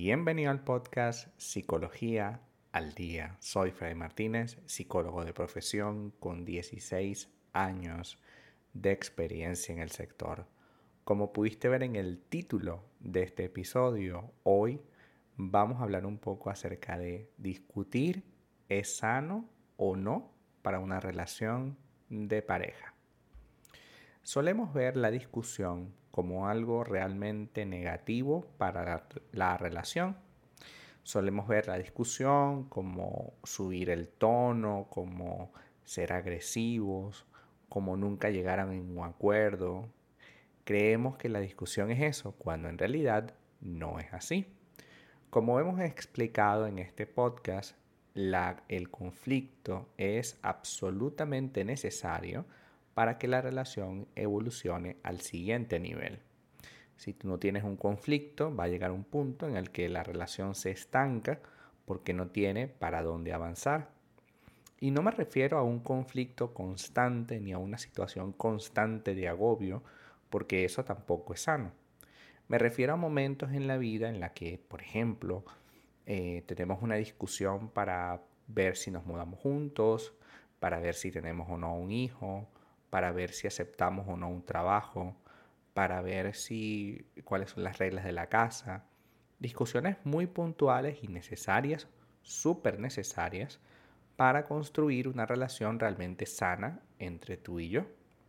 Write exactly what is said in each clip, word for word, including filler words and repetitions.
Bienvenido al podcast Psicología al Día. Soy Fray Martínez, psicólogo de profesión con dieciséis años de experiencia en el sector. Como pudiste ver en el título de este episodio, hoy vamos a hablar un poco acerca de discutir es sano o no para una relación de pareja. Solemos ver la discusión como algo realmente negativo para la, la relación. Solemos ver la discusión como subir el tono, como ser agresivos, como nunca llegar a ningún acuerdo. Creemos que la discusión es eso, cuando en realidad no es así. Como hemos explicado en este podcast, la, el conflicto es absolutamente necesario para que la relación evolucione al siguiente nivel. Si tú no tienes un conflicto, va a llegar un punto en el que la relación se estanca porque no tiene para dónde avanzar. Y no me refiero a un conflicto constante ni a una situación constante de agobio, porque eso tampoco es sano. Me refiero a momentos en la vida en la que, por ejemplo, eh, tenemos una discusión para ver si nos mudamos juntos, para ver si tenemos o no un hijo, para ver si aceptamos o no un trabajo, para ver si cuáles son las reglas de la casa. Discusiones muy puntuales y necesarias, súper necesarias, para construir una relación realmente sana entre tú y yo.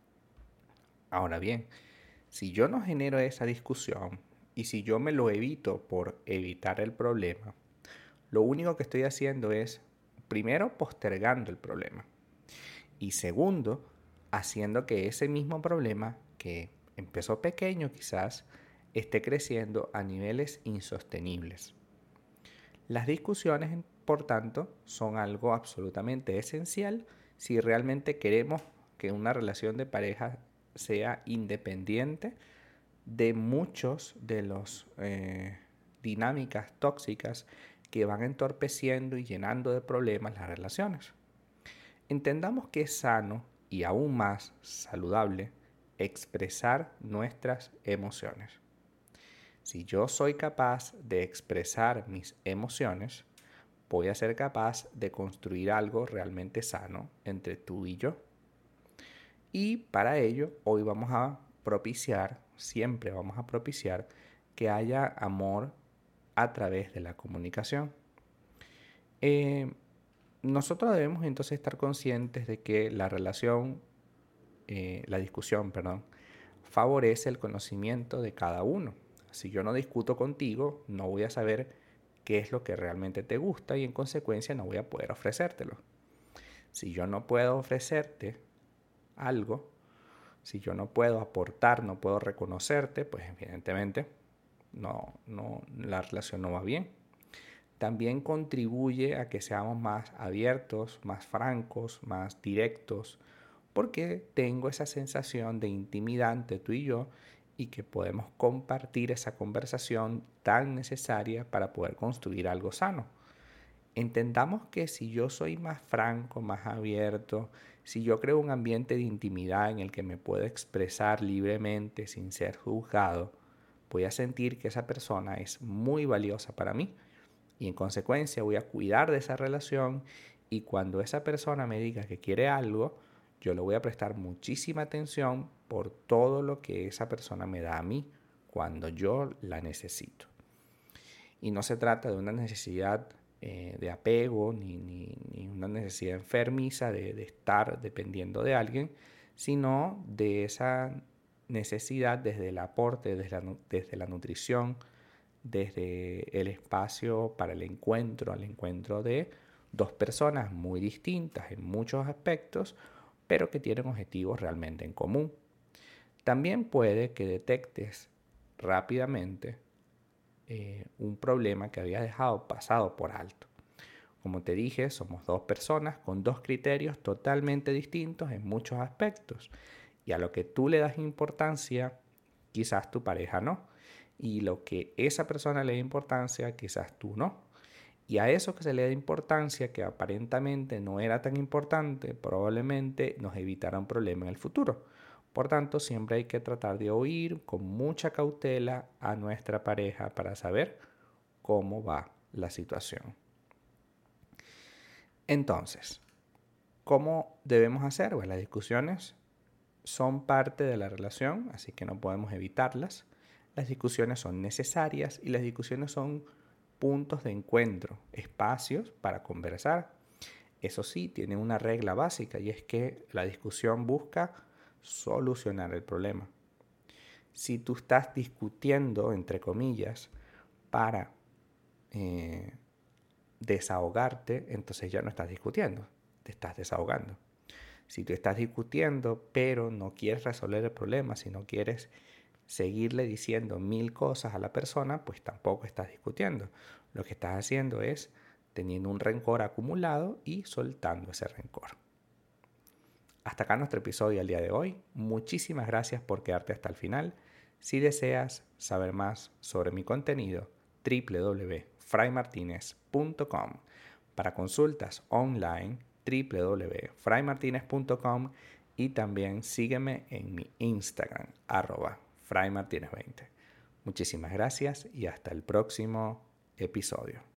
Ahora bien, si yo no genero esa discusión y si yo me lo evito por evitar el problema, lo único que estoy haciendo es, primero, postergando el problema y segundo, haciendo que ese mismo problema, que empezó pequeño quizás, esté creciendo a niveles insostenibles. Las discusiones, por tanto, son algo absolutamente esencial si realmente queremos que una relación de pareja sea independiente de muchos de las eh, dinámicas tóxicas que van entorpeciendo y llenando de problemas las relaciones. Entendamos que es sano y aún más saludable expresar nuestras emociones. Si yo soy capaz de expresar mis emociones, voy a ser capaz de construir algo realmente sano entre tú y yo. Y para ello, hoy vamos a propiciar, siempre vamos a propiciar que haya amor a través de la comunicación. Eh, nosotros debemos entonces estar conscientes de que la relación, eh, la discusión, perdón, favorece el conocimiento de cada uno. Si yo no discuto contigo, no voy a saber qué es lo que realmente te gusta y en consecuencia no voy a poder ofrecértelo. Si yo no puedo ofrecerte algo, si yo no puedo aportar, no puedo reconocerte, pues evidentemente no, no, la relación no va bien. También contribuye a que seamos más abiertos, más francos, más directos, porque tengo esa sensación de intimidad entre tú y yo y que podemos compartir esa conversación tan necesaria para poder construir algo sano. Entendamos que si yo soy más franco, más abierto, si yo creo un ambiente de intimidad en el que me puedo expresar libremente sin ser juzgado, voy a sentir que esa persona es muy valiosa para mí y en consecuencia voy a cuidar de esa relación y cuando esa persona me diga que quiere algo, yo le voy a prestar muchísima atención por todo lo que esa persona me da a mí cuando yo la necesito. Y no se trata de una necesidad eh, de apego ni, ni, ni, una necesidad enfermiza de, de estar dependiendo de alguien, sino de esa necesidad desde el aporte, desde la, desde la nutrición, desde el espacio para el encuentro, al encuentro de dos personas muy distintas en muchos aspectos, pero que tienen objetivos realmente en común. También puede que detectes rápidamente eh, un problema que habías dejado pasado por alto. Como te dije, somos dos personas con dos criterios totalmente distintos en muchos aspectos. Y a lo que tú le das importancia, quizás tu pareja no. Y lo que esa persona le da importancia, quizás tú no. Y a eso que se le da importancia, que aparentemente no era tan importante, probablemente nos evitará un problema en el futuro. Por tanto, siempre hay que tratar de oír con mucha cautela a nuestra pareja para saber cómo va la situación. Entonces, ¿cómo debemos hacer? Pues las discusiones son parte de la relación, así que no podemos evitarlas. Las discusiones son necesarias y las discusiones son puntos de encuentro, espacios para conversar. Eso sí, tiene una regla básica y es que la discusión busca solucionar el problema. Si tú estás discutiendo, entre comillas, para eh, desahogarte, entonces ya no estás discutiendo, te estás desahogando. Si tú estás discutiendo, pero no quieres resolver el problema, si no quieres seguirle diciendo mil cosas a la persona, pues tampoco estás discutiendo. Lo que estás haciendo es teniendo un rencor acumulado y soltando ese rencor. Hasta acá nuestro episodio al día de hoy. Muchísimas gracias por quedarte hasta el final. Si deseas saber más sobre mi contenido, w w w punto fray martinez punto com. Para consultas online, w w w punto fray martinez punto com, y también sígueme en mi Instagram, arroba fray martinez veinte. Muchísimas gracias y hasta el próximo episodio.